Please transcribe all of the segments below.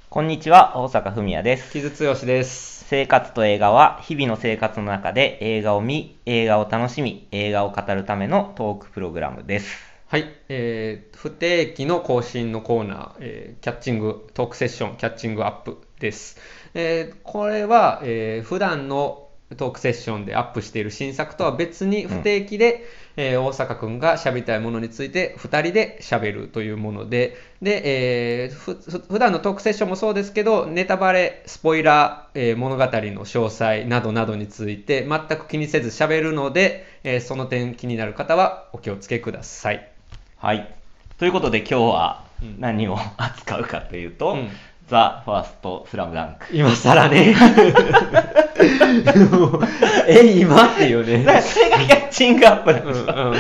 こんにちは、大阪文也です。 木津剛です。 生活と映画は日々の生活の中で映画を見、映画を楽しみ、映画を語るためのトークプログラムです。 はい、不定期の更新のコーナー、キャッチングトークセッションキャッチングアップです。これは、普段のトークセッションでアップしている新作とは別に不定期で、大阪くんが喋りたいものについて2人で喋るというもので、普段のトークセッションもそうですけど、ネタバレ、スポイラー、物語の詳細などなどについて全く気にせず喋るので、その点気になる方はお気をつけください。 はい。ということで今日は何を扱うかというと、ザ・ファースト・スラムダンク。 今更ね。今っていうね。 それがキャッチングアップなんですよ。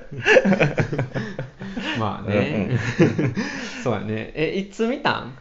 まあね。そうやね。いつ見たん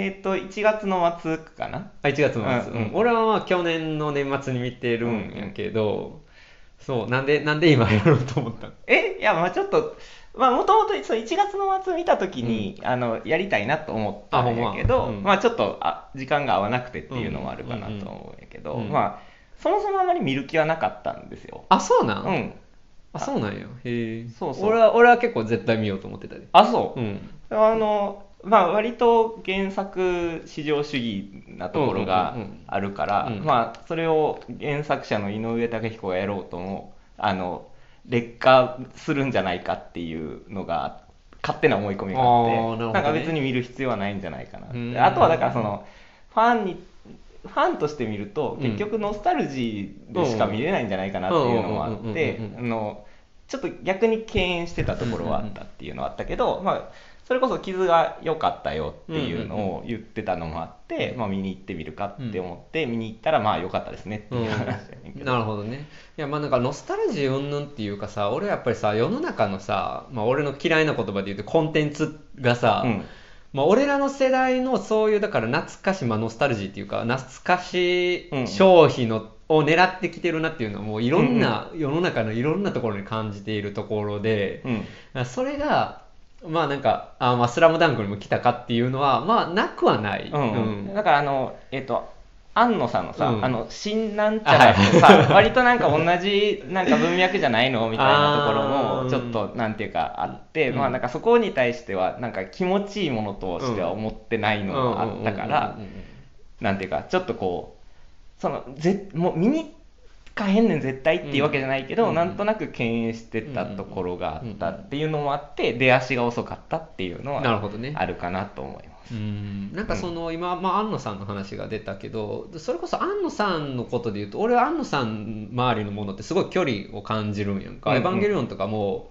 1月の末かな。 1月の末。俺はまあ去年の年末に見てるんやけど、そう、なんで今やろうと思ったの？ いや、まあちょっと、まあもともと1月の末見た時に、やりたいなと思ったんやけど、まあちょっと時間が合わなくてっていうのもあるかなと思うんやけど、まあそもそもあまり見る気はなかったんですよ。 あ、そうなん？ うん。 そうなんよ。へえ。 そうそう。 俺は結構絶対見ようと思ってたで。 あ、そう。まあ割と原作至上主義なところがあるから、まあそれを原作者の井上武彦がやろうとも、劣化するんじゃないかっていうのが勝手な思い込みがあって、なんか別に見る必要はないんじゃないかな。あとはだからそのファンとして見ると結局ノスタルジーでしか見れないんじゃないかなっていうのもあって、ちょっと逆に敬遠してたところはあったっていうのはあったけど、まあそれこそ傷が良かったよっていうのを言ってたのもあって、まあ見に行ってみるかって思って見に行ったらまあ良かったですねっていう話だねんけど。 なるほどね。いやまあなんかノスタルジー云々っていうかさ、俺やっぱりさ、世の中のさ、まあ俺の嫌いな言葉で言うとコンテンツがさ、まあ俺らの世代のそういうだから懐かしい、まあノスタルジーっていうか懐かしい消費の、を狙ってきてるなっていうのはもういろんな、世の中のいろんなところに感じているところで、それがまあなんかまあスラムダンクにも来たかっていうのはまあなくはない。 だから安野さんのさ、新なんちゃらとさ、割となんか同じなんか文脈じゃないのみたいなところもちょっとなんていうかあって、まあなんかそこに対してはなんか気持ちいいものとしては思ってないのもあったから、なんていうかちょっとこうもう見にかへんねん絶対っていうわけじゃないけど、なんとなく敬遠してたところがあったっていうのもあって出足が遅かったっていうのはあるかなと思います。 なんかその今、まあ、安野さんの話が出たけど、それこそ安野さんのことで言うと俺は安野さん周りのものってすごい距離を感じるんやんか。エヴァンゲリオンとかも、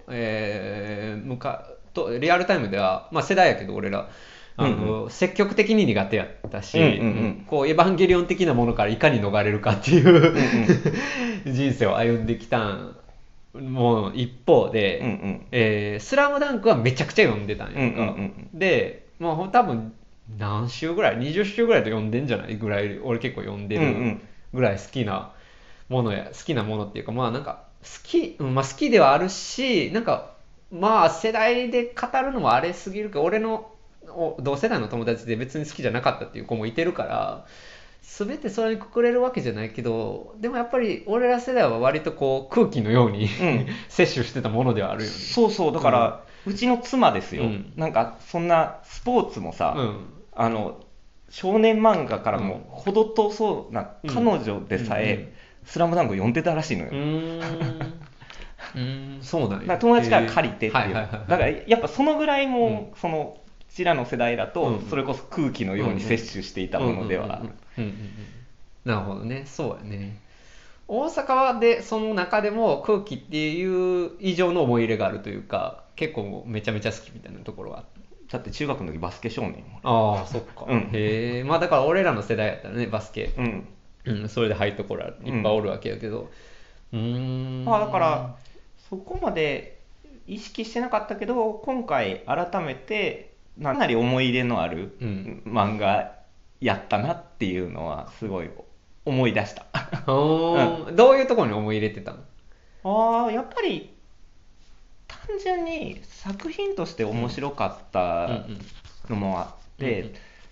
リアルタイムでは、まあ、世代やけど俺ら積極的に苦手やったし、こうエヴァンゲリオン的なものからいかに逃れるかっていう人生を歩んできたんもう一方で、スラムダンクはめちゃくちゃ読んでたんやんか。でもう多分何週ぐらい20週ぐらいと読んでんじゃないぐらい俺結構読んでるぐらい好きなものっていうか、まあなんかまあ好きではあるし、なんかまあ世代で語るのもあれすぎるけど、俺の同世代の友達で別に好きじゃなかったっていう子もいてるから、全てそれにくくれるわけじゃないけど、でもやっぱり俺ら世代は割とこう空気のように、摂取してたものではあるよね。 そうそう、だから、うちの妻ですよ、なんかそんなスポーツもさ、少年漫画からも程遠そうな彼女でさえ、スラムダンク読んでたらしいのよ。 そうなんや。友達から借りてっていう。だからやっぱそのぐらいも、そのうちらの世代だと、それこそ空気のように摂取していたものではある。 なるほどね、そうやね。大阪でその中でも空気っていう以上の思い入れがあるというか、結構めちゃめちゃ好きみたいなところはあった。 だって中学の時バスケ少年も。 ああ、そっか。へえ。まあだから俺らの世代やったらね、バスケ。それで入るところいっぱいおるわけやけど。 まあだからそこまで意識してなかったけど、今回改めてかなり思い入れのある漫画やったなっていうのはすごい思い出した。 どういうところに思い入れてたの？ やっぱり単純に作品として面白かったのもあって、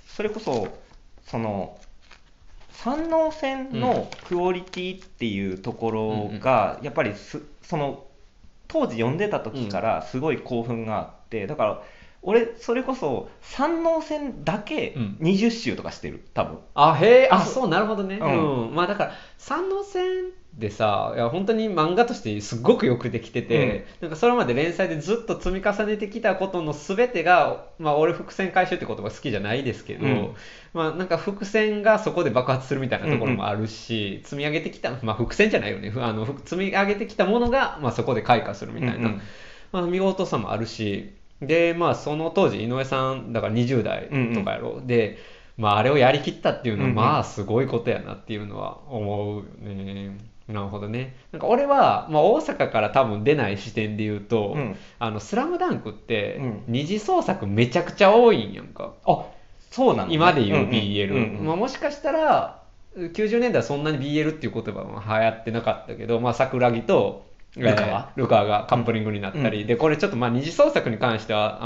それこそその三能線のクオリティっていうところが、やっぱりその当時読んでた時からすごい興奮があって、だから俺それこそ三能線だけ20周とかしてる多分。 へえ、そう、なるほどね。まあだから三能線でさ、いや本当に漫画としてすごくよくできてて、なんかそれまで連載でずっと積み重ねてきたことの全てが、まあ俺伏線回収って言葉好きじゃないですけど、まあなんか伏線がそこで爆発するみたいなところもあるし、積み上げてきた、まあ伏線じゃないよね、積み上げてきたものが、まあそこで開花するみたいな、まあ見事さもあるし、でまあその当時井上さんだから20代とかやろ、でまああれをやりきったっていうのは、まあすごいことやなっていうのは思うよね。なるほどね。なんか俺は、まあ、大阪から多分出ない視点で言うと、スラムダンクって二次創作めちゃくちゃ多いんやんか。 そうなの、ね、 今で言う BL、まあ、もしかしたら90年代はそんなに BL っていう言葉も流行ってなかったけど、まあ、桜木とルカワがカップリングになったり、でこれちょっとまあ二次創作に関しては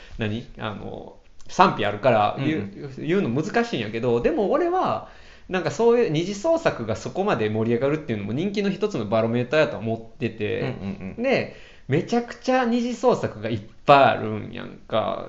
賛否あるから言うの難しいんやけど、でも俺はなんかそういう二次創作がそこまで盛り上がるっていうのも人気の一つのバロメーターやと思ってて、でめちゃくちゃ二次創作がいっぱいあるんやんか、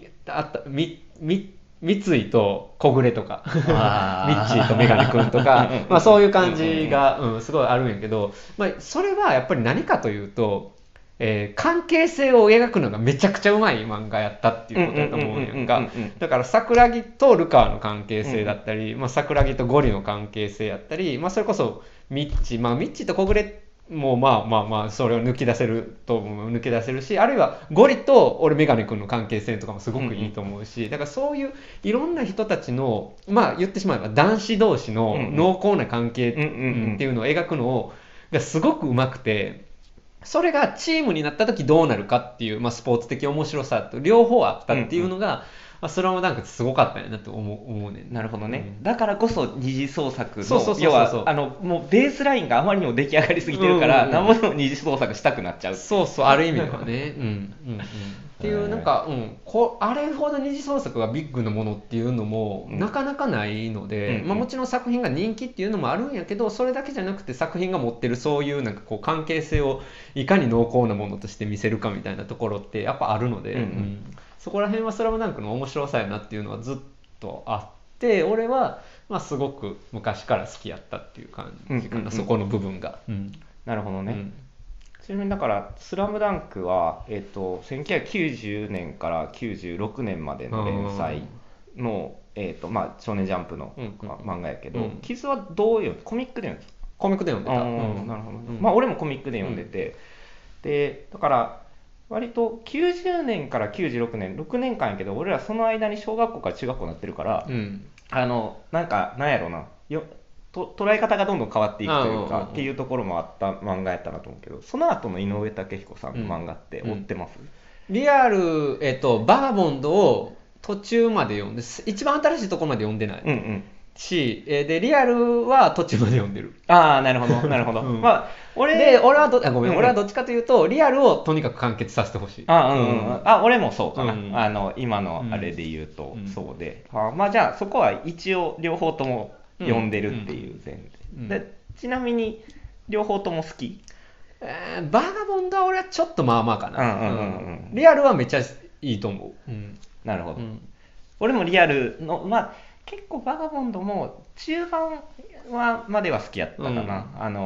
三井と小暮とかミッチーとメガネくんとかまあそういう感じが、すごいあるんやけど、まあ、それはやっぱり何かというと、関係性を描くのがめちゃくちゃうまい漫画やったっていうことだと思うんやんか。だから桜木とルカワの関係性だったり、まあ、桜木とゴリの関係性やったり、まあ、それこそミッチーと小暮もまあそれを抜き出せるし、あるいはゴリと俺メガネ君の関係性とかもすごくいいと思うし、だからそういういろんな人たちのまあ言ってしまえば男子同士の濃厚な関係っていうのを描くのがすごくうまくて、それがチームになった時どうなるかっていう、まあ、スポーツ的面白さと両方あったっていうのが、スラムダンクってすごかったんやなって思うね。 なるほどね、だからこそ二次創作の要はもうベースラインがあまりにも出来上がりすぎてるから、何もでも二次創作したくなっちゃう。 ある意味ではねっていうなんか、あれほど二次創作がビッグなものっていうのもなかなかないので、まあ、もちろん作品が人気っていうのもあるんやけど、それだけじゃなくて作品が持ってるそういうなんかこう関係性をいかに濃厚なものとして見せるかみたいなところってやっぱあるので、そこら辺はスラムダンクの面白さやなっていうのはずっとあって、俺はまあすごく昔から好きやったっていう感じかな、そこの部分が。 なるほどね。ちなみにだから「スラムダンクは、1990年から96年までの連載の、まあ、少年ジャンプの、漫画やけど、キズはどういうコミックで読んでた？ コミックで読んでた。 なるほど、まあ俺もコミックで読んでて、でだから割と90年から96年6年間やけど、俺らその間に小学校から中学校になってるから、なんかなんやろうな捉え方がどんどん変わっていくというかっていうところもあった漫画やったなと思うけど、その後の井上武彦さんの漫画って追ってます？ リアル、バガボンドを途中まで読んで、一番新しいところまで読んでないし、でリアルは途中まで読んでる。 なるほどなるほど。まあ俺はどっちかというとリアルをとにかく完結させてほしい。 俺もそうかな。今のあれで言うとそうで、まあじゃあそこは一応両方とも読んでるっていう前提で、ちなみに両方とも好き？ バガボンドは俺はちょっとまあまあかな。リアルはめっちゃいいと思う。 なるほど。俺もリアルのまあ結構バガボンドも中盤までは好きやったかな。なん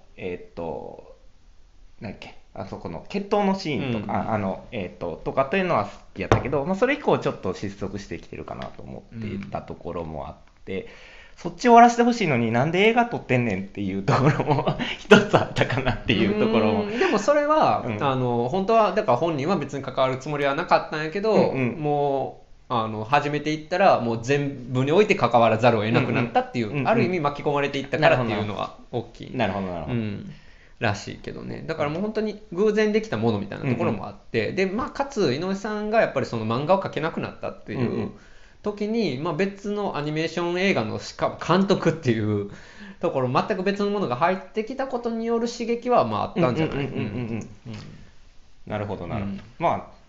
だっけ、あそこの決闘のシーンとか、とかというのは好きやったけど、まあ、それ以降ちょっと失速してきてるかなと思っていたところもあって、そっち終わらせてほしいのになんで映画撮ってんねんっていうところも一つあったかなっていうところも。 でもそれは、本当はだから本人は別に関わるつもりはなかったんやけど、もう始めていったらもう全部において関わらざるを得なくなったっていう、ある意味巻き込まれていったからっていうのは大きい。 なるほどらしいけどね。だからもう本当に偶然できたものみたいなところもあって、でまあかつ井上さんがやっぱりその漫画を描けなくなったっていう時に、まあ、別のアニメーション映画のしか監督っていうところ全く別のものが入ってきたことによる刺激はまああったんじゃない？ なるほどまあ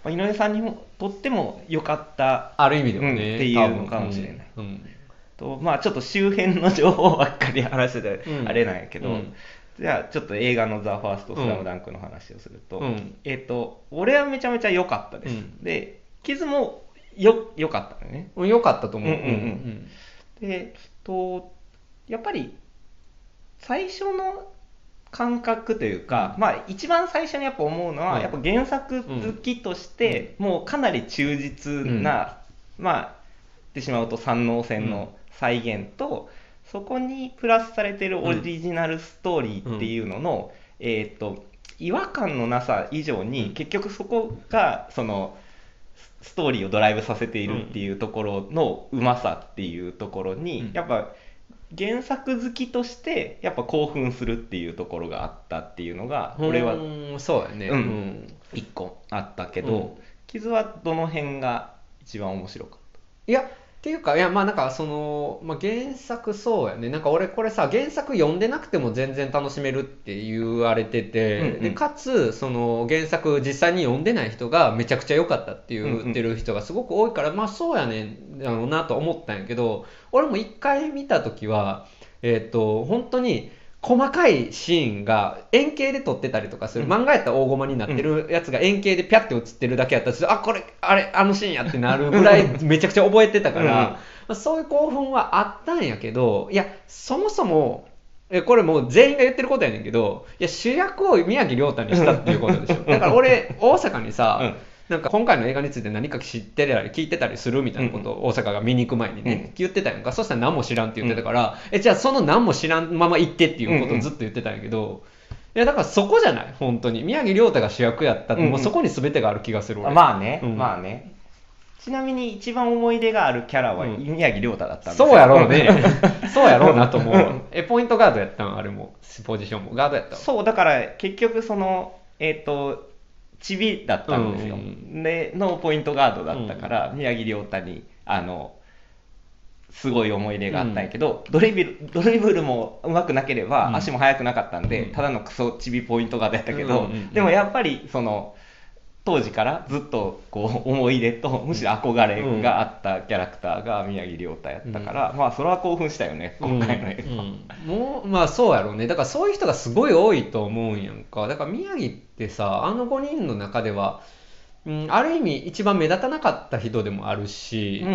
井上さんにとっても良かったある意味でもね、 っていうのかもしれない、とまあちょっと周辺の情報ばっかり話しててあれなんやけど、じゃあちょっと映画のザ・ファーストスラムダンクの話をすると、俺はめちゃめちゃ良かったです、でキズも良かったのね。 良かったと思う。 でやっぱり最初の感覚というか、まあ一番最初にやっぱ思うのは、やっぱ原作好きとしてもうかなり忠実な、まあ言ってしまうと三能線の再現と、そこにプラスされてるオリジナルストーリーっていうのの、違和感のなさ以上に、結局そこがそのストーリーをドライブさせているっていうところのうまさっていうところに、やっぱ原作好きとしてやっぱ興奮するっていうところがあったっていうのが俺はそうやね、 一個あったけど、傷はどの辺が一番面白かった？ いやっていうか、いやまあなんかその、原作そうやね、なんか俺これさ原作読んでなくても全然楽しめるって言われてて、でかつその原作実際に読んでない人がめちゃくちゃ良かったって言ってる人がすごく多いから、まあそうやねんだろうなと思ったんやけど、俺も一回見た時は本当に細かいシーンが円形で撮ってたりとかする、漫画やったら大駒になってるやつが円形でピャッて映ってるだけやったら、あこれあれあのシーンやってなるぐらいめちゃくちゃ覚えてたからそういう興奮はあったんやけど、いやそもそもこれもう全員が言ってることやねんけど、いや主役を宮城亮太にしたっていうことでしょ。だから俺大阪にさ、なんか今回の映画について何か知ってたり聞いてたりするみたいなことを大阪が見に行く前にね、言ってたやんか。そしたら何も知らんって言ってたから、じゃあその何も知らんまま行ってっていうことをずっと言ってたんやけど、いやだからそこじゃない、本当に宮城亮太が主役やったって、もうそこに全てがある気がする俺。 まあね、まあね。ちなみに一番思い出があるキャラは宮城亮太だったんですよ。 そうやろうね。そうやろうなと思う。ポイントガードやったんあれも、ポジションもガードやった。 そうだから結局そのチビだったんですよ、でのポイントガードだったから、宮城亮太にすごい思い入れがあったんやけど、ドリブルも上手くなければ、足も速くなかったんで、ただのクソチビポイントガードやったけど、でもやっぱりその当時からずっとこう思い出とむしろ憧れがあったキャラクターが宮城亮太やったから、まあそれは興奮したよね、今回の映画、 もうまあそうやろうね。だからそういう人がすごい多いと思うんやんか。だから宮城ってさ、あの5人の中では、ある意味一番目立たなかった人でもあるし、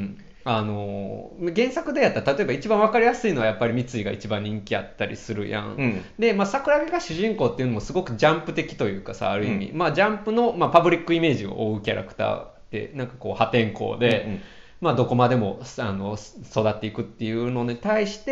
原作でやったら例えば一番分かりやすいのはやっぱり三井が一番人気あったりするやん、で、桜木が主人公っていうのもすごくジャンプ的というかさ、ある意味、ジャンプの、パブリックイメージを追うキャラクターで、なんかこう破天荒で、どこまでも育っていくっていうのに対して、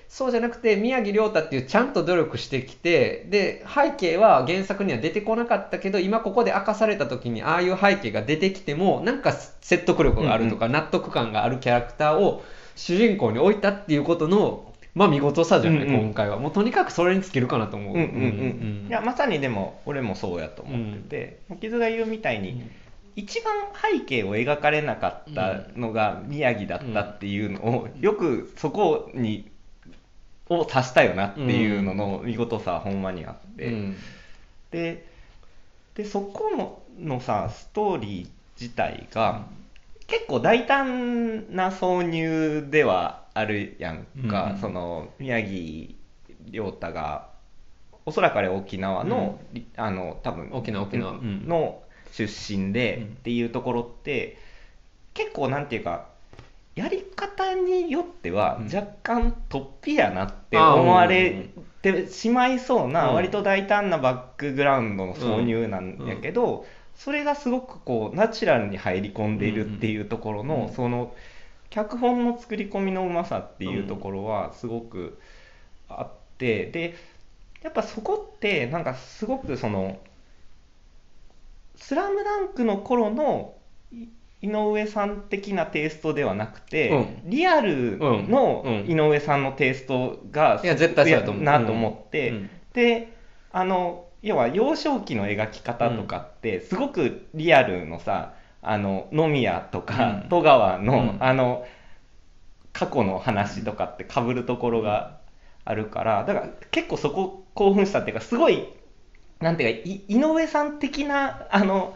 そうじゃなくて宮城亮太っていうちゃんと努力してきて、で背景は原作には出てこなかったけど、今ここで明かされた時にああいう背景が出てきてもなんか説得力があるとか、納得感があるキャラクターを主人公に置いたっていうことの見事さじゃない、今回はもうとにかくそれに尽きるかなと思う。 いやまさにでも俺もそうやと思ってて、傷が言うみたいに、一番背景を描かれなかったのが宮城だったっていうのを、よくそこにを足したよなっていうのの見事さはほんまにあって、でそこのさストーリー自体が結構大胆な挿入ではあるやんか、その宮城亮太がおそらくあれ沖縄の、多分沖縄の出身でっていうところって、結構なんていうかやり方によっては若干突飛やなって思われてしまいそうな、割と大胆なバックグラウンドの挿入なんやけど、それがすごくこうナチュラルに入り込んでいるっていうところの、その脚本の作り込みのうまさっていうところはすごくあって、でやっぱそこってなんかすごくそのスラムダンクの頃の井上さん的なテイストではなくて、リアルの井上さんのテイストが絶対そうだと思うなと思って、で要は幼少期の描き方とかってすごくリアルのさ、野宮とか戸川の、過去の話とかって被るところがあるから、だから結構そこ興奮したっていうか、すごいなんていうか井上さん的な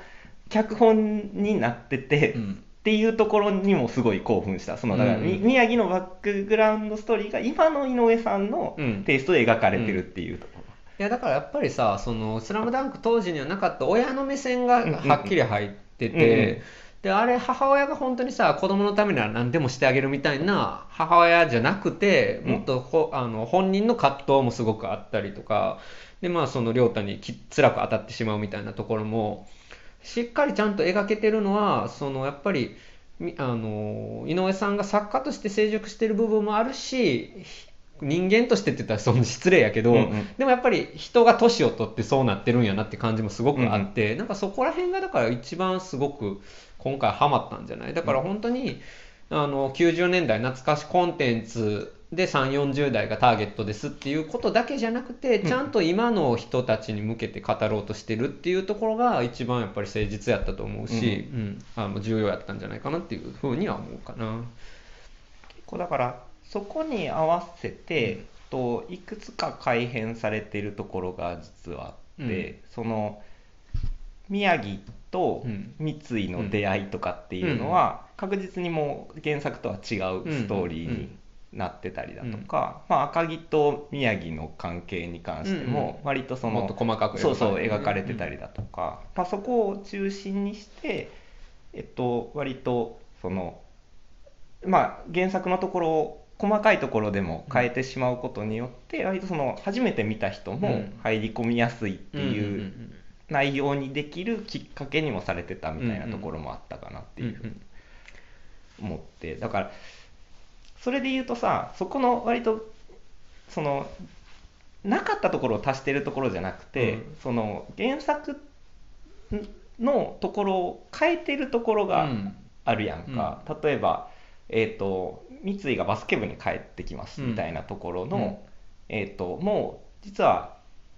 脚本になってて、っていうところにもすごい興奮した。そのだから、宮城のバックグラウンドストーリーが今の井上さんのテイストで描かれてるっていうところ。 いやだからやっぱりさ、そのスラムダンク当時にはなかった親の目線がはっきり入ってて、であれ母親が本当にさ子供のためなら何でもしてあげるみたいな母親じゃなくて、もっと本人の葛藤もすごくあったりとかで、まあその亮太に辛く当たってしまうみたいなところもしっかりちゃんと描けてるのは、そのやっぱり井上さんが作家として成熟してる部分もあるし、人間としてって言ったらその失礼やけど、でもやっぱり人が年を取ってそうなってるんやなって感じもすごくあって、なんかそこら辺がだから一番すごく今回ハマったんじゃない。だから本当に90年代懐かしコンテンツで3、40代がターゲットですっていうことだけじゃなくて、ちゃんと今の人たちに向けて語ろうとしてるっていうところが一番やっぱり誠実やったと思うし、重要やったんじゃないかなっていうふうには思うかな。 結構だからそこに合わせて、いくつか改変されているところが実はあって、その宮城と三井の出会いとかっていうのは確実にもう原作とは違うストーリーになってたりだとか、赤城と宮城の関係に関しても割とそのもっと細かく描かれてたりだとか、そこを中心にして、割とその原作のところを細かいところでも変えてしまうことによって割とその初めて見た人も入り込みやすいっていう内容にできるきっかけにもされてたみたいなところもあったかなっていうふうに思って、だからそれで言うとさ、そこの割とそのなかったところを足してるところじゃなくて、その原作のところを変えてるところがあるやんか。例えば三井がバスケ部に帰ってきますみたいなところの、もう実は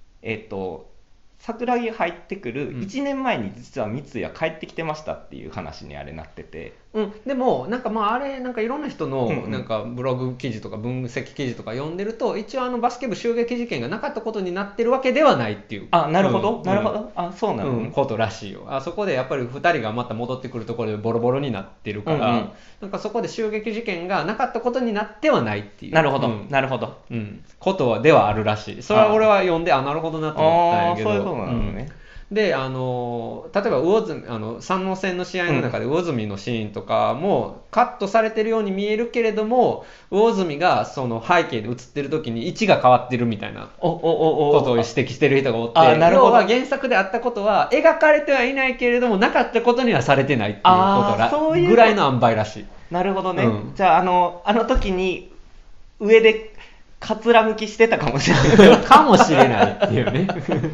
桜木入ってくる1年前に実は三井は帰ってきてましたっていう話にあれなってて、 でもなんかあれなんかいろんな人のなんかブログ記事とか分析記事とか読んでると、一応バスケ部襲撃事件がなかったことになってるわけではないっていう。 なるほど、なるほど、そうなの、 ことらしいよ。そこでやっぱり2人がまた戻ってくるところでボロボロになってるから、なんかそこで襲撃事件がなかったことになってはないっていう。 なるほど、なるほど、 ことではあるらしい。それは俺は読んでなるほどなと思ったんやけど。 そういうことなのね。 で例えば魚住山王戦の試合の中で魚住のシーンとかもカットされてるように見えるけれども、魚住がその背景で映ってる時に位置が変わってるみたいなことを指摘してる人がおって、要は原作であったことは描かれてはいないけれどもなかったことにはされてないっていうことぐらいの塩梅らしい。 なるほどね、じゃああの時に上でかつらむきしてたかもしれないかもしれないっていうね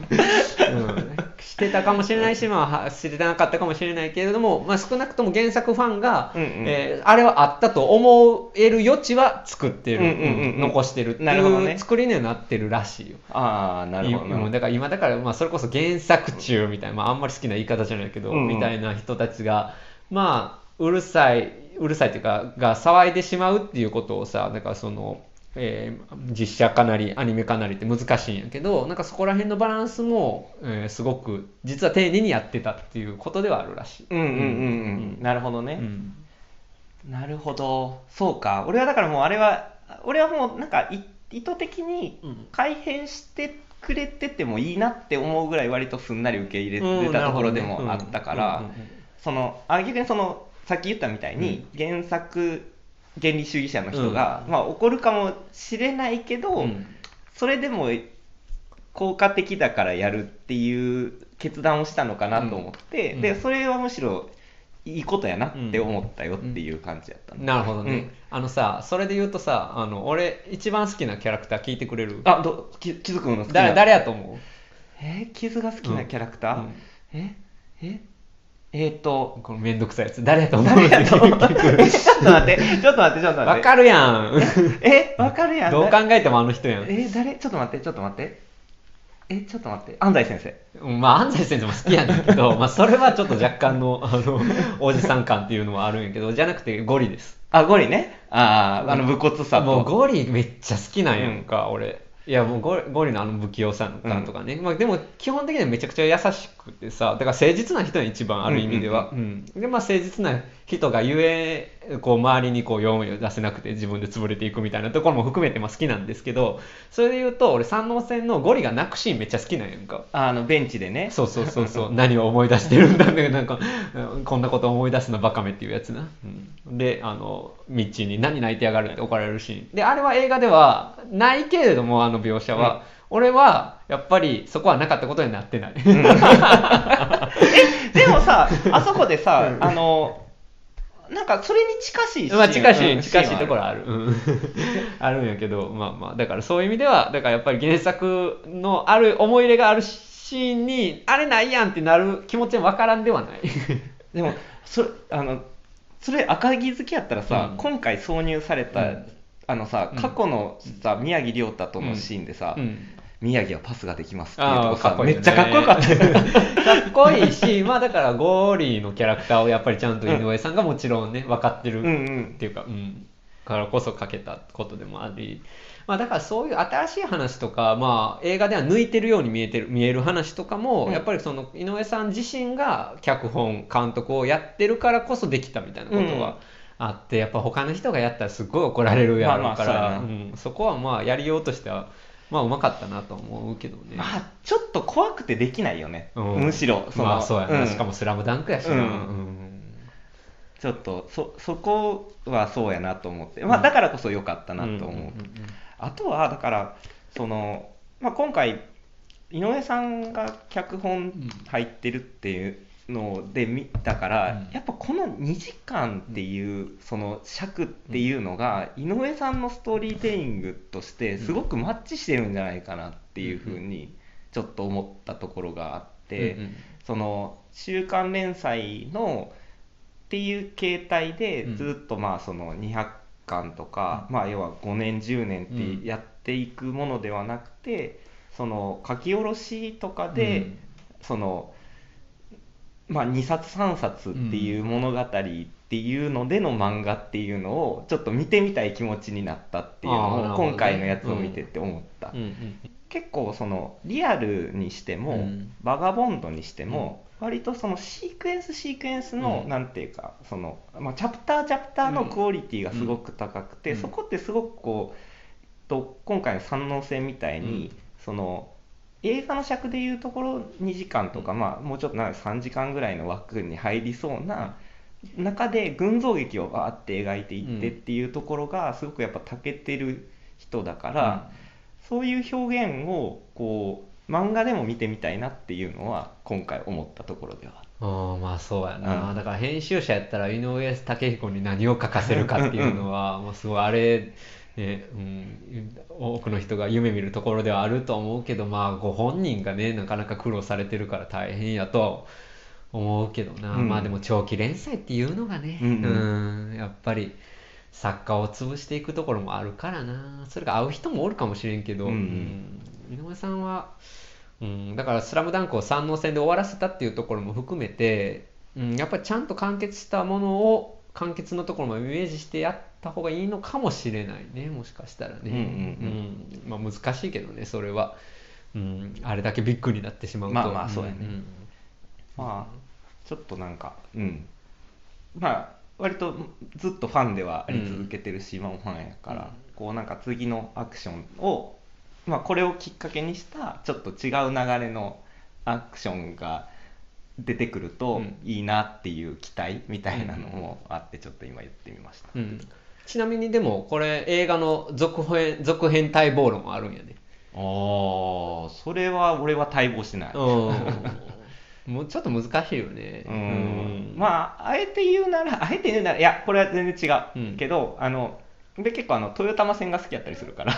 してたかもしれないし、してなかったかもしれないけれども、少なくとも原作ファンが、あれはあったと思える余地は作ってる、残してるっていう作りにはなってるらしいよ。 なるほど、 だから今だから、それこそ原作中みたいな、あんまり好きな言い方じゃないけど、みたいな人たちがうるさいっていうかが騒いでしまうっていうことをさ、だからその実写かなりアニメかなりって難しいんやけど、なんかそこら辺のバランスも、すごく実は丁寧にやってたっていうことではあるらしい。 なるほどね、なるほど、そうか。俺はだからもう俺はもうなんか意図的に改変してくれててもいいなって思うぐらい割とすんなり受け入れてたところでもあったから、逆にそのさっき言ったみたいに原作原理主義者の人が、怒るかもしれないけど、それでも効果的だからやるっていう決断をしたのかなと思って、でそれはむしろいいことやなって思ったよっていう感じやったなるほどね、それで言うとさ、俺一番好きなキャラクター聞いてくれる？ 気づくの好きな誰やと思う？キズが好きなキャラクター、 このめんどくさいやつ誰やと思う？ ちょっと待ってわかるやんわかるやん、 どう考えてもあの人やん。 誰？ちょっと待って安西先生。 安西先生も好きやねんけどそれはちょっと若干のおじさん感っていうのもあるんやけど、じゃなくてゴリです。 ゴリね。武骨さと。 もうゴリめっちゃ好きなんやんか、俺。 いやもうゴリの不器用さとかね、まあ、でも基本的にはめちゃくちゃ優しくてさ、だから誠実な人に一番ある意味では、でまあ誠実な人がゆえこう周りにこう弱みを出せなくて自分で潰れていくみたいなところも含めて好きなんですけど、それで言うと俺三能線のゴリが泣くシーンめっちゃ好きなんやんか。 ベンチでね。 そう何を思い出してるんだってなんかこんなこと思い出すのバカめっていうやつな、でミッチーに何泣いてやがるって怒られるシーンで、あれは映画ではないけれども描写は、俺はやっぱりそこはなかったことになってない、でもさあそこでさなんかそれに近しい近しいところある、あるんやけど、まあだからそういう意味ではだからやっぱり原作のある思い入れがあるシーンにあれないやんってなる気持ちは分からんではないでもそれ赤木好きやったらさ、今回挿入された、過去のさ宮城リョータとのシーンでさ、宮城はパスができますっていうとこさ、めっちゃかっこよかったかっこいいし、まあだからゴーリーのキャラクターをやっぱりちゃんと井上さんがもちろんね分かってるっていうか、からこそかけたことでもあり、まあだからそういう新しい話とか、まあ映画では抜いてるように見える話とかも、やっぱりその井上さん自身が脚本監督をやってるからこそできたみたいなことはあって、やっぱ他の人がやったらすごい怒られるやろうから、そこはまあやりようとしてはまあうまかったなと思うけどね。 まあちょっと怖くてできないよね、むしろまあそうやな、しかもスラムダンクやしな、 ちょっとそこはそうやなと思って、まあだからこそ良かったなと思う。あとはだからまあ、今回井上さんが脚本入ってるっていうので見たから、やっぱこの2時間っていうその尺っていうのが井上さんのストーリーテリングとしてすごくマッチしてるんじゃないかなっていうふうにちょっと思ったところがあって、その週刊連載のっていう形態でずっとまあその200巻とか、まあ要は5年10年ってやっていくものではなくて、その書き下ろしとかでそのまあ2冊3冊っていう物語っていうのでの漫画っていうのをちょっと見てみたい気持ちになったっていうのを今回のやつを見てて思った。結構そのリアルにしてもバガボンドにしても割とそのシークエンスのなんていうかそのまあチャプターのクオリティがすごく高くて、そこってすごくこう今回の三能線みたいにその映画の尺でいうところ2時間とか、まあ、もうちょっと長い3時間ぐらいの枠に入りそうな中で群像劇をバーって描いていってっていうところがすごくやっぱ長けてる人だから、そういう表現をこう漫画でも見てみたいなっていうのは今回思ったところではまあそうやな、だから編集者やったら井上武彦に何を書かせるかっていうのはもうすごいあれね、多くの人が夢見るところではあると思うけど、まあご本人がねなかなか苦労されてるから大変やと思うけどな、まあでも長期連載っていうのがね、やっぱり作家を潰していくところもあるからな、それが合う人もおるかもしれんけど、井上さんは、だから「スラムダンクを三能線で終わらせたっていうところも含めて、やっぱりちゃんと完結したものを完結のところもイメージしてやった方がいいのかもしれないね、もしかしたらね、まあ難しいけどねそれは、あれだけビッグになってしまうと、 まあまあそうやね、まあちょっとなんかまあ割とずっとファンではあり続けてるし、今もファンやから、こうなんか次のアクションをまあこれをきっかけにしたちょっと違う流れのアクションが出てくるといいなっていう期待みたいなのもあってちょっと今言ってみました、 ちなみにでもこれ映画の続編待望論あるんやね。 それは俺は待望してないもうちょっと難しいよね。 まああえて言うならいやこれは全然違う、けどで結構豊玉線が好きやったりするから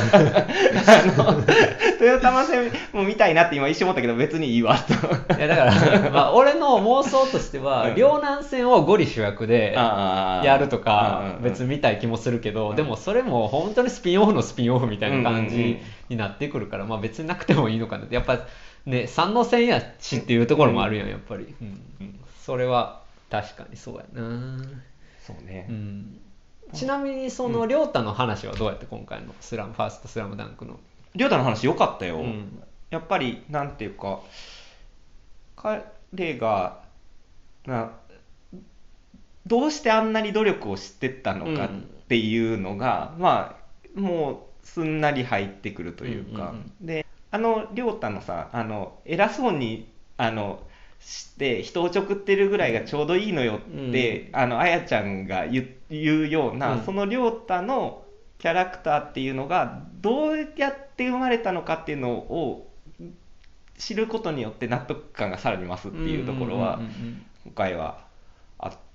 豊玉線も見たいなって今一瞬思ったけど別にいいわといやだから、まあ、俺の妄想としては両南線をゴリ主役でやるとか別に見たい気もするけど、でもそれも本当にスピンオフのスピンオフみたいな感じになってくるから、まあ別になくてもいいのかなって、やっぱね三能線やしっていうところもあるやんやっぱり、それは確かにそうやな。 そうね、 ちなみにその亮太の話はどうやって今回のファーストスラムダンクの。 亮太の話良かったよ、 うんやっぱりなんていうか彼がどうしてあんなに努力をしてったのかっていうのが、まあもうすんなり入ってくるというか、で亮太のさ偉そうにして人をちょくってるぐらいがちょうどいいのよって、あやちゃんが言うような、その亮太のキャラクターっていうのがどうやって生まれたのかっていうのを知ることによって納得感がさらに増すっていうところは今回はあって、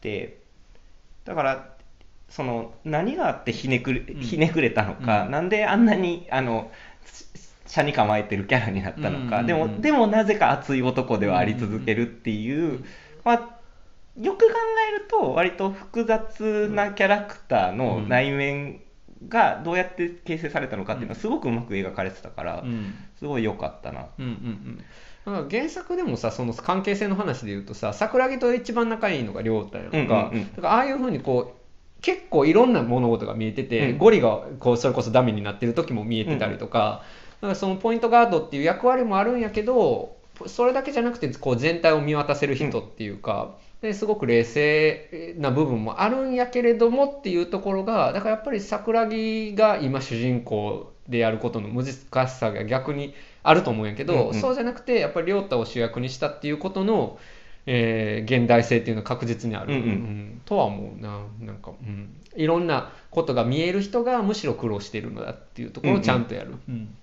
だからその何があってひねくれたのか、なんであんなに車に構えてるキャラになったのか、でもなぜか熱い男ではあり続けるっていう、まあ、よく考えると割と複雑なキャラクターの内面がどうやって形成されたのかっていうのはすごくうまく描かれてたから、すごい良かったな。 だから原作でもさ、その関係性の話で言うとさ、桜木と一番仲いいのが亮太やんか、だからああいう風にこう結構いろんな物事が見えてて、ゴリがこうそれこそダメになってる時も見えてたりとか、だからそのポイントガードっていう役割もあるんやけど、それだけじゃなくてこう全体を見渡せる人っていうか、ですごく冷静な部分もあるんやけれどもっていうところが、だからやっぱり桜木が今主人公でやることの難しさが逆にあると思うんやけど、そうじゃなくてやっぱり亮太を主役にしたっていうことの、現代性っていうのは確実にある、とは思うな。なんか、いろんなことが見える人がむしろ苦労しているのだっていうところをちゃんとやる。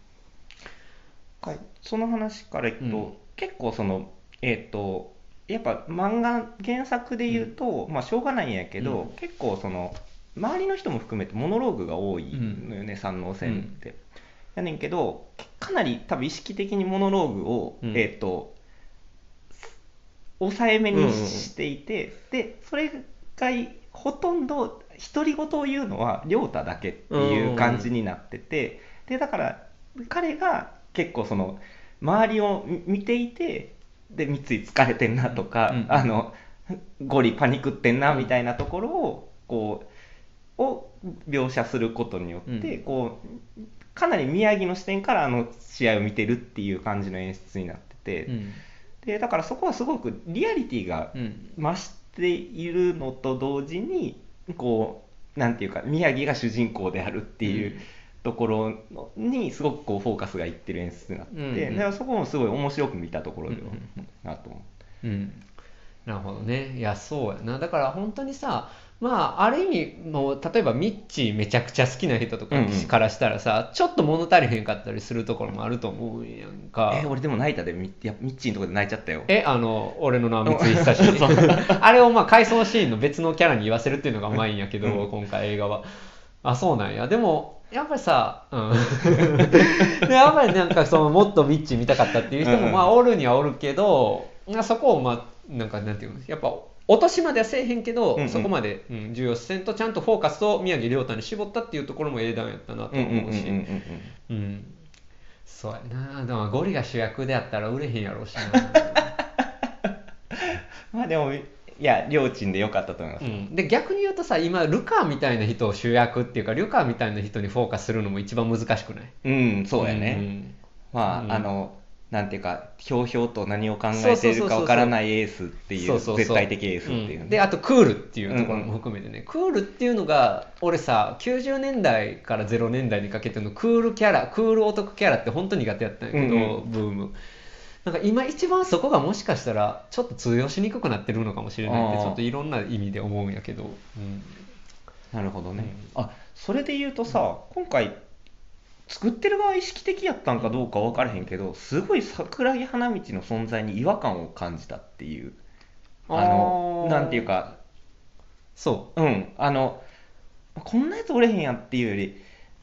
その話からいくと、結構そのやっぱ漫画原作で言うと、まあしょうがないんやけど、結構その周りの人も含めてモノローグが多いのよね、山王戦って。やねんけどかなり多分意識的にモノローグを、抑えめにしていて、でそれがほとんど独り言を言うのは亮太だけっていう感じになってて、でだから彼が結構その周りを見ていて、で三井疲れてんなとか、ゴリパニクってんなみたいなところを描写することによって、こうかなり宮城の視点から試合を見てるっていう感じの演出になってて、でだからそこはすごくリアリティが増しているのと同時に、こうなんていうか宮城が主人公であるっていうところにすごくこうフォーカスがいってる演出になって、だからそこもすごい面白く見たところではなと思う。 なるほどね。いやそうやな。だから本当にさ、まあある意味もう例えばミッチーめちゃくちゃ好きな人とかからしたらさ、ちょっと物足りへんかったりするところもあると思うやんか。 俺でも泣いたで、ミッチーのとこで泣いちゃったよ。 俺の名は三井久志あれをまあ回想シーンの別のキャラに言わせるっていうのがうまいんやけど、今回映画はそうなんや。でもやっぱりさ、やっぱりなんかそのもっとミッチー見たかったっていう人もまあおるにはおるけど、そこをまあなんていうの、やっぱ落としまではせえへんけど、そこまで、重要視せんとちゃんとフォーカスを宮城亮太に絞ったっていうところも英断やったなと思うし、そうやな。でもゴリが主役であったら売れへんやろうしな。 まあでもいや両親でよかったと思います、 で逆に言うとさ、今ルカみたいな人を主役っていうかルカみたいな人にフォーカスするのも一番難しくない？ そうやね、まあ、なんていうかひょうひょうと何を考えているかわからないエースっていう絶対的エースっていう、ね、 であとクールっていうところも含めてね、クールっていうのが俺さ90年代から0年代にかけてのクールキャラ、クール男キャラって本当に苦手やったんやけど、ブームなんか今一番そこがもしかしたらちょっと通用しにくくなってるのかもしれないってちょっといろんな意味で思うんやけど、 なるほどね、それで言うとさ、今回作ってる側意識的やったんかどうか分からへんけど、すごい桜木花道の存在に違和感を感じたっていう、なんていうか、 そうこんなやつおれへんやんっていうより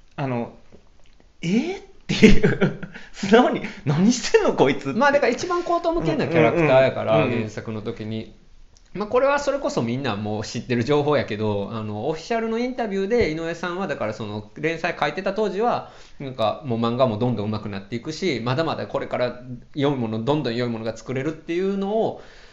っていう素直に何してんのこいつって、 まあだから一番高等無形なキャラクターやから、原作の時にこれはそれこそみんなもう知ってる情報やけど、オフィシャルのインタビューで井上さんはだからその連載書いてた当時はなんかもう漫画もどんどん上手くなっていくし、まだまだこれから良いものどんどん良いものが作れるっていうのを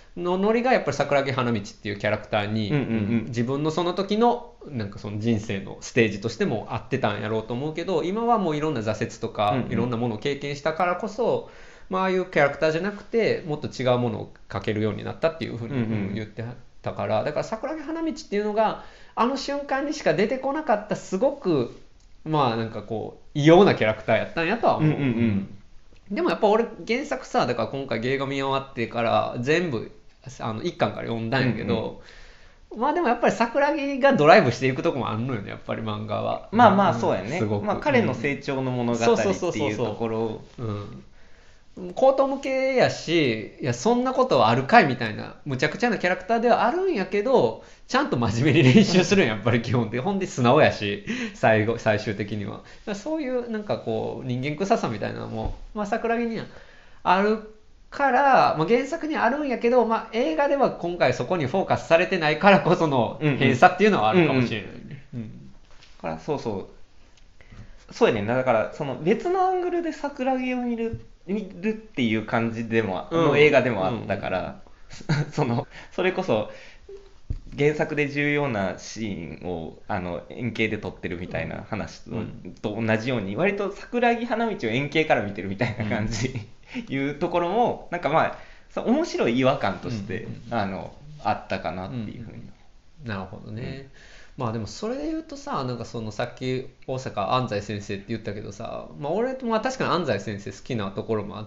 のノリがやっぱり桜木花道っていうキャラクターに、自分のその時のなんかその人生のステージとしても合ってたんやろうと思うけど、今はもういろんな挫折とか、いろんなものを経験したからこそ、ああいうキャラクターじゃなくてもっと違うものを描けるようになったっていうふうに言ってたから、だから桜木花道っていうのがあの瞬間にしか出てこなかったすごくなんかこう異様なキャラクターやったんやとは思う。でもやっぱ俺原作さ、だから今回映画見終わってから全部1巻から読んだんやけど、でもやっぱり桜木がドライブしていくとこもあるのよね、やっぱり漫画は。 そうやね。彼の成長の物語っていうところ、 口頭向けやし、いやそんなことはあるかいみたいなむちゃくちゃなキャラクターではあるんやけど、ちゃんと真面目に練習するんやっぱり基本的に。ほんで素直やし、最終的にはそういうなんかこう人間臭さみたいなのも、桜木にはあるから、原作にはあるんやけど、映画では今回そこにフォーカスされてないからこその偏差っていうのはあるかもしれないね。 だからそうやね。だからその別のアングルで桜木を見るっていう感じでも、の映画でもあったから、それこそ原作で重要なシーンを円形で撮ってるみたいな話と同じように、割と桜木花道を円形から見てるみたいな感じ、いうところもなんか面白い違和感として、あったかなっていうふうに。 なるほどね。でもそれで言うとさ、なんかさっき大阪安西先生って言ったけどさ、俺と確かに安西先生好きなところもあって、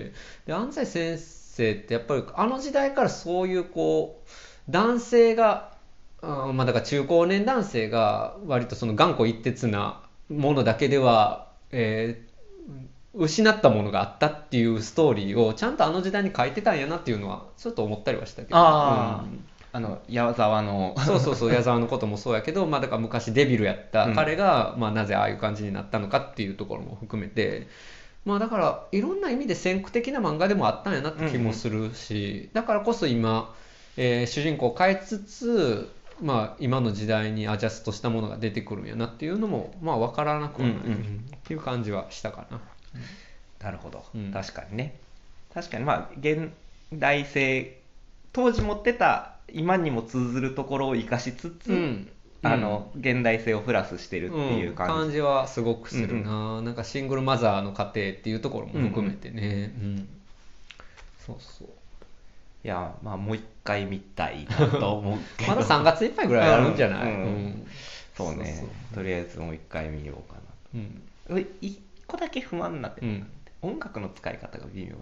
で安西先生ってやっぱりあの時代からそういうこう男性が、だから中高年男性が割とその頑固一徹なものだけでは、失ったものがあったっていうストーリーをちゃんとあの時代に書いてたんやなっていうのはちょっと思ったりはしたけど。 矢沢のそう矢沢のこともそうやけど、だから昔デビルやった彼が、なぜああいう感じになったのかっていうところも含めて、だからいろんな意味で先駆的な漫画でもあったんやなって気もするし、だからこそ今、主人公を変えつつ、今の時代にアジャストしたものが出てくるんやなっていうのも分からなくはない、っていう感じはしたかな。 なるほど、確かにね。確かに現代性、当時持ってた今にも通ずるところを生かしつつ、現代性をプラスしてるっていう感じはすごくするな。なんかシングルマザーの家庭っていうところも含めてね。そういやもう一回見たいなと思うけどまだ3月いっぱいぐらいあるんじゃない？ そうね。とりあえずもう一回見ようかなと。一個だけ不安になってる、音楽の使い方が微妙やった。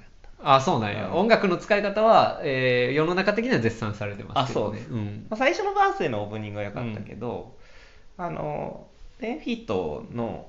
そうなんや。音楽の使い方は、世の中的には絶賛されてますけどね。 最初のバースデーのオープニングは良かったけど、10フィートの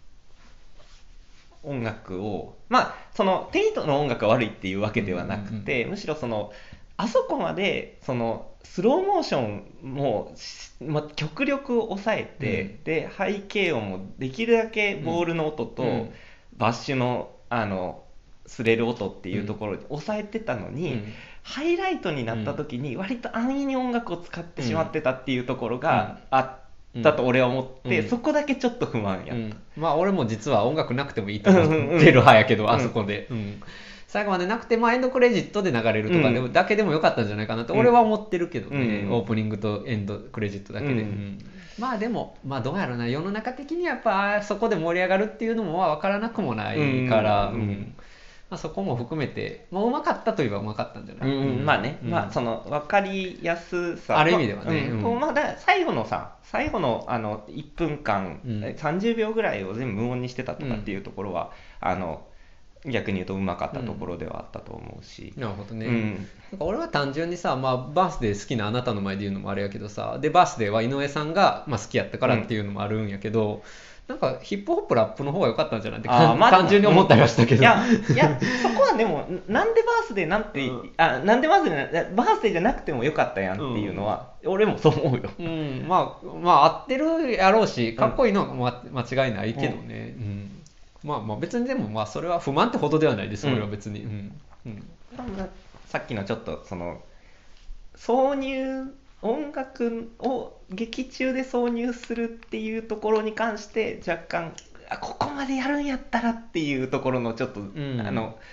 音楽をその10フィートの音楽が悪いっていうわけではなくて、むしろあそこまでスローモーションも、極力抑えて、で背景音もできるだけボールの音と、バッシュの擦れる音っていうところで抑えてたのに、ハイライトになった時に割と安易に音楽を使ってしまってたっていうところがあったと俺は思って、そこだけちょっと不満やった。 俺も実は音楽なくてもいいと思ってる派やけど、あそこで、最後までなくて、エンドクレジットで流れるとかだけでもよかったんじゃないかなって俺は思ってるけどね、オープニングとエンドクレジットだけで。でもどうやろうな、世の中的にやっぱそこで盛り上がるっていうのも分からなくもないから、そこも含めて、うまかったといえばうまかったんじゃない？ その分かりやすさ、 ある意味ではね。 最後の1分間、30秒ぐらいを全部無音にしてたとかっていうところは、逆に言うとうまかったところではあったと思うし。 なるほどね。なんか俺は単純にさ、バースデー好きなあなたの前で言うのもあれやけどさ、でバースデーは井上さんが、好きやったからっていうのもあるんやけど、なんかヒップホップラップの方が良かったんじゃないって単純に思ったりはしたけど、 いやそこはでもなんでバースデーなんて、なんでバースデーじゃなくてもよかったやんっていうのは、俺もそう思うよ。 合ってるやろうし、かっこいいのは間違いないけどね。別にでもそれは不満ってほどではないです、俺は別に。 さっきのちょっと挿入、音楽を劇中で挿入するっていうところに関して若干ここまでやるんやったらっていうところのちょっと、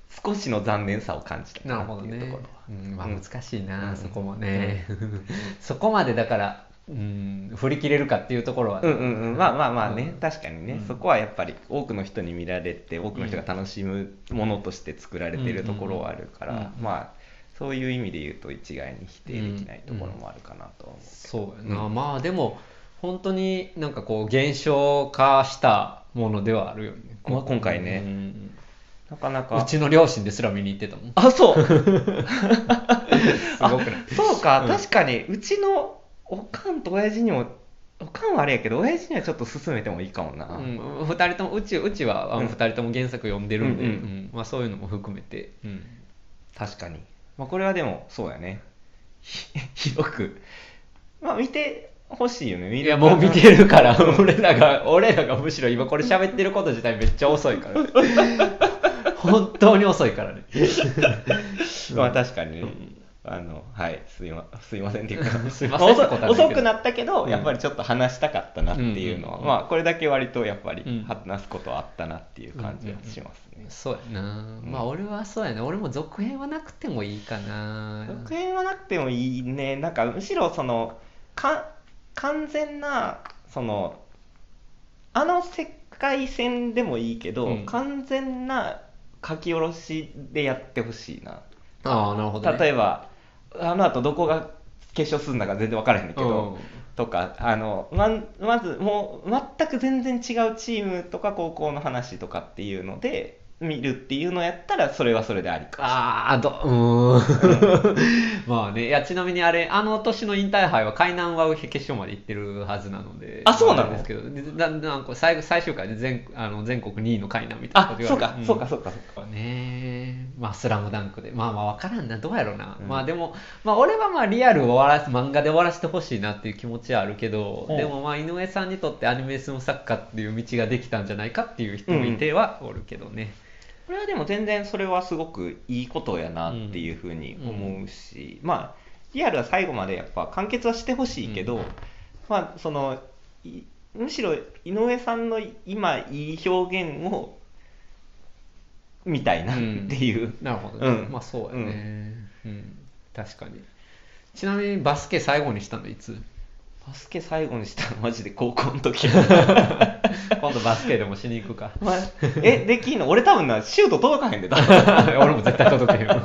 少しの残念さを感じたなるほどね、まあ、難しいな、そこもね、そこまでだから、振り切れるかっていうところは、 まあまあまあね、確かにね、そこはやっぱり多くの人に見られて多くの人が楽しむものとして作られているところはあるから、まあそういう意味で言うと一概に否定できないところもあるかなと思う、 そうやな、まあでも本当になんかこう現象化したものではあるよね、 まあ、今回ね、なかなかうちの両親ですら見に行ってたもん。 あ、そうすごくないそうか、確かにうちのおかんと親父にも、おかんはあれやけど親父にはちょっと勧めてもいいかもな、 2人ともうちは2人とも原作読んでるんで、まあ、そういうのも含めて、 確かに、まあ、これはでもそうやね広く、まあ見てほしいよね。 いやもう見てるから俺らがむしろ今これ喋ってること自体めっちゃ遅いから本当に遅いからねまあ確かにね、はい、すいませんっていうかすいませんってことはないけど遅くなったけど、やっぱりちょっと話したかったなっていうのは、まあこれだけ割とやっぱり話すことはあったなっていう感じはしますね。 そうやな、まあ俺はそうやね、俺も続編はなくてもいいかな。 続編はなくてもいいね。なんかむしろその完全なその世界線でもいいけど、完全な書き下ろしでやってほしいな。 ああ、なるほどね。 例えばあの後どこが決勝するんだか全然分からへんねんけど、とかまずもう全く全然違うチームとか高校の話とかっていうので見るっていうのやったらそれはそれでありか。 まあね、いやちなみにあの年のインターハイは海南は決勝まで行ってるはずなので、 そうなんですけど、なんか最終回で全国2位の海南みたいなこと言われて、 そうかね、まあスラムダンクでまあ分からんな、どうやろうな、まあでもまあ俺はまあリアルを漫画で終わらせてほしいなっていう気持ちはあるけど、でもまあ井上さんにとってアニメーション作家っていう道ができたんじゃないかっていう人もいてはおるけどね。 これはでも全然それはすごくいいことやなっていうふうに思うし、まあリアルは最後までやっぱ完結はしてほしいけど、まあそのむしろ井上さんの今いい表現をみたいなっていう、 なるほどね、まあそうやね、確かに。ちなみにバスケ最後にしたのいつ？ バスケ最後にしたのマジで高校の時今度バスケでもしに行くか、 できんの？俺多分なシュート届かへんで俺も絶対届けへんよ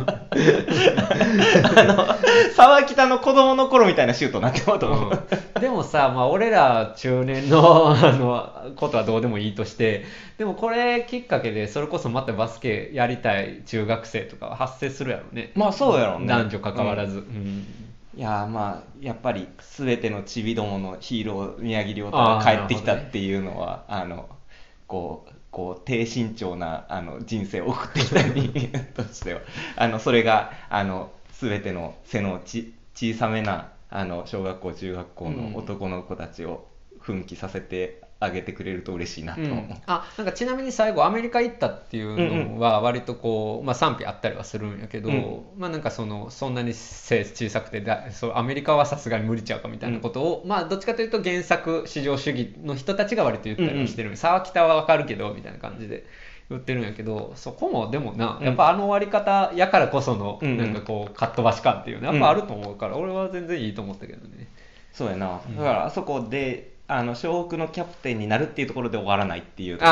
沢北の子供の頃みたいなシュートになってもらうと思う、 でもさ、まあ、俺ら中年のことはどうでもいいとして、でもこれきっかけでそれこそまたバスケやりたい中学生とかは発生するやろね。 まあそうやろね、 男女関わらず、 いやまあやっぱり全てのちびどものヒーロー宮城亮太が帰ってきたっていうのは、こう低身長な人生を送ってきた人間としてはそれが全ての背の小さめな小学校中学校の男の子たちを奮起させてあげてくれると嬉しいなと思う、 なんかちなみに最後アメリカ行ったっていうのは割とこう、まあ、賛否あったりはするんやけど、まあなんかそんなに背小さくてアメリカはさすがに無理ちゃうかみたいなことを、まあどっちかというと原作至上主義の人たちが割と言ったりはしてる、沢北はわかるけどみたいな感じで言ってるんやけど、そこもでもな、やっぱ終わり方やからこそのなんかこうかっ飛ばし感っていうのやっぱあると思うから、俺は全然いいと思ったけどね。 そうやな、だからあそこで湘北のキャプテンになるっていうところで終わらないっていう、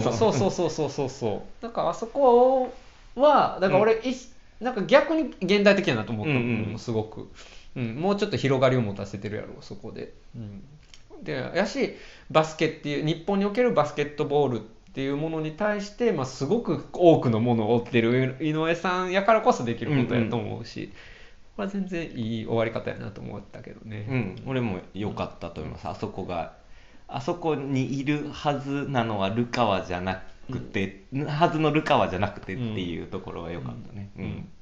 そうだからあそこはだから俺、なんか逆に現代的やなと思った、すごく、もうちょっと広がりを持たせてるやろそこで、でやしバスケっていう日本におけるバスケットボールっていうものに対して、まあ、すごく多くのものを追ってる井上さんやからこそできることやと思うし、これは全然いい終わり方やなと思ったけどね。 俺も良かったと思います。あそこにいるはずなのはルカワじゃなくて、はずのルカワじゃなくてっていうところが良かったね。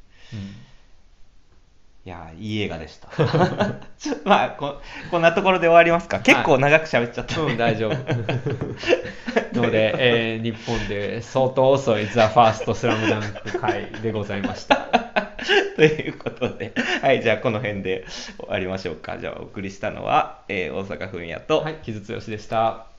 いやいい映画でしたまあこんなところで終わりますか。結構長く喋っちゃった、ね、 大丈夫ので、日本で相当遅いザ・ファーストスラムダンク回でございましたということで、はい、じゃあこの辺で終わりましょうか。じゃあお送りしたのは、大阪文也と、 木津剛でした。